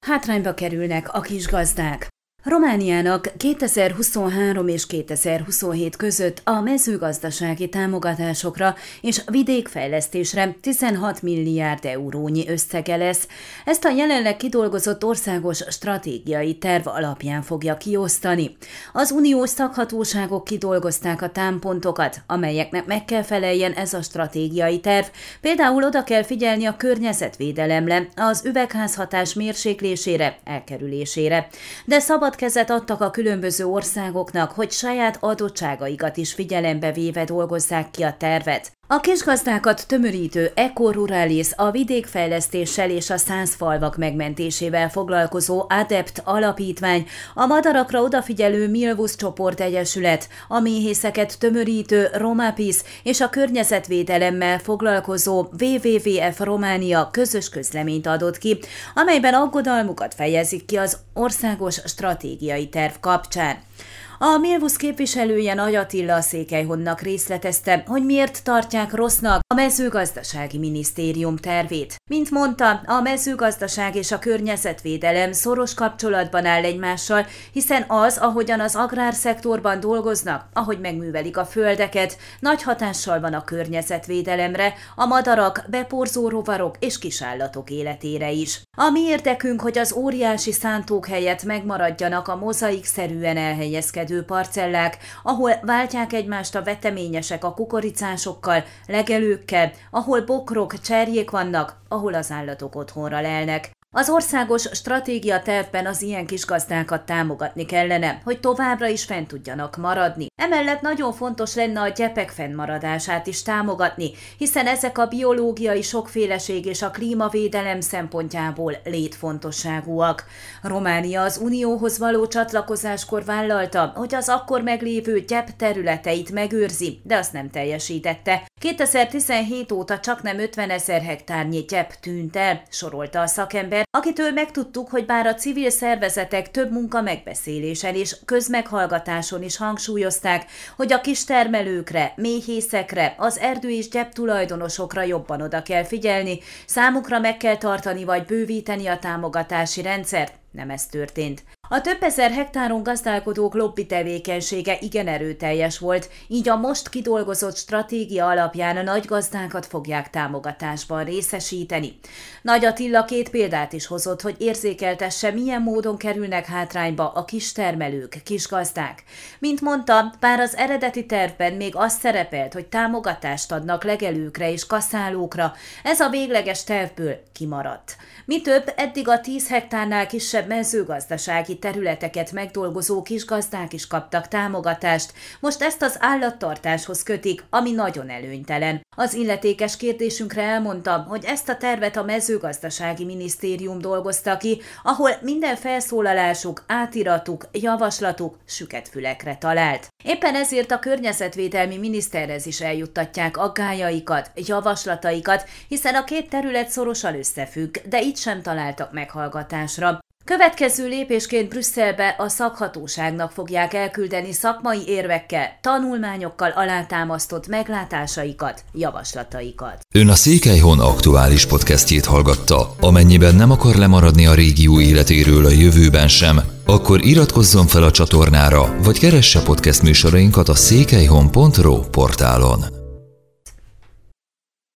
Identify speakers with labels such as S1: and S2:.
S1: Hátrányba kerülnek a kisgazdák. Romániának 2023 és 2027 között a mezőgazdasági támogatásokra és vidékfejlesztésre 16 milliárd eurónyi összege lesz. Ezt a jelenleg kidolgozott országos stratégiai terv alapján fogja kiosztani. Az uniós szakhatóságok kidolgozták a támpontokat, amelyeknek meg kell feleljen ez a stratégiai terv. Például oda kell figyelni a környezetvédelemre, az üvegházhatás mérséklésére, elkerülésére. De szabad kezet adtak a különböző országoknak, hogy saját adottságaikat is figyelembe véve dolgozzák ki a tervet. A kisgazdákat tömörítő Eco-Ruralis a vidékfejlesztéssel és a szánszfalvak megmentésével foglalkozó ADEPT alapítvány, a madarakra odafigyelő Milvus csoportegyesület, a méhészeket tömörítő Romapis és a környezetvédelemmel foglalkozó WWF Románia közös közleményt adott ki, amelyben aggodalmukat fejezik ki az országos stratégiai terv kapcsán. A Milvus képviselője Nagy Attila a Székelyhonnak részletezte, hogy miért tartják rossznak a mezőgazdasági minisztérium tervét. Mint mondta, a mezőgazdaság és a környezetvédelem szoros kapcsolatban áll egymással, hiszen az, ahogyan az agrárszektorban dolgoznak, ahogy megművelik a földeket, nagy hatással van a környezetvédelemre, a madarak, beporzó rovarok és kisállatok életére is. A mi érdekünk, hogy az óriási szántók helyett megmaradjanak a mozaikszerűen elhelyezkedő parcellák, ahol váltják egymást a veteményesek a kukoricásokkal, legelőkkel, ahol bokrok, cserjék vannak, ahol az állatok otthonra lelnek. Az országos stratégia tervben az ilyen kisgazdákat támogatni kellene, hogy továbbra is fenn tudjanak maradni. Emellett nagyon fontos lenne a gyepek fennmaradását is támogatni, hiszen ezek a biológiai sokféleség és a klímavédelem szempontjából létfontosságúak. Románia az Unióhoz való csatlakozáskor vállalta, hogy az akkor meglévő gyep területeit megőrzi, de azt nem teljesítette. 2017 óta csaknem 50 000 hektárnyi gyep tűnt el, sorolta a szakember, akitől megtudtuk, hogy bár a civil szervezetek több munka megbeszélésen és közmeghallgatáson is hangsúlyozták, hogy a kistermelőkre, méhészekre, az erdő és gyep tulajdonosokra jobban oda kell figyelni, számukra meg kell tartani vagy bővíteni a támogatási rendszert, nem ez történt. A több ezer hektáron gazdálkodók lobby tevékenysége igen erőteljes volt, így a most kidolgozott stratégia alapján a nagy gazdákat fogják támogatásban részesíteni. Nagy Attila 2 példát is hozott, hogy érzékeltesse, milyen módon kerülnek hátrányba a kistermelők, kisgazdák. Mint mondta, bár az eredeti tervben még az szerepelt, hogy támogatást adnak legelőkre és kaszálókra, ez a végleges tervből kimaradt. Mi több, eddig a 10 hektárnál kisebb mezőgazdasági területeket megdolgozó kisgazdák is kaptak támogatást, most ezt az állattartáshoz kötik, ami nagyon előnytelen. Az illetékes kérdésünkre elmondta, hogy ezt a tervet a mezőgazdasági minisztérium dolgozta ki, ahol minden felszólalásuk, átiratuk, javaslatuk süket fülekre talált. Éppen ezért a környezetvédelmi miniszterhez is eljuttatják aggályaikat, javaslataikat, hiszen a 2 terület szorosan összefügg, de itt sem találtak meghallgatásra. Következő lépésként Brüsszelbe a szakhatóságnak fogják elküldeni szakmai érvekkel, tanulmányokkal alátámasztott meglátásaikat, javaslataikat.
S2: Ön a Székelyhon aktuális podcastjét hallgatta. Amennyiben nem akar lemaradni a régió életéről a jövőben sem, akkor iratkozzon fel a csatornára, vagy keresse podcast műsorainkat a székelyhon.ro portálon.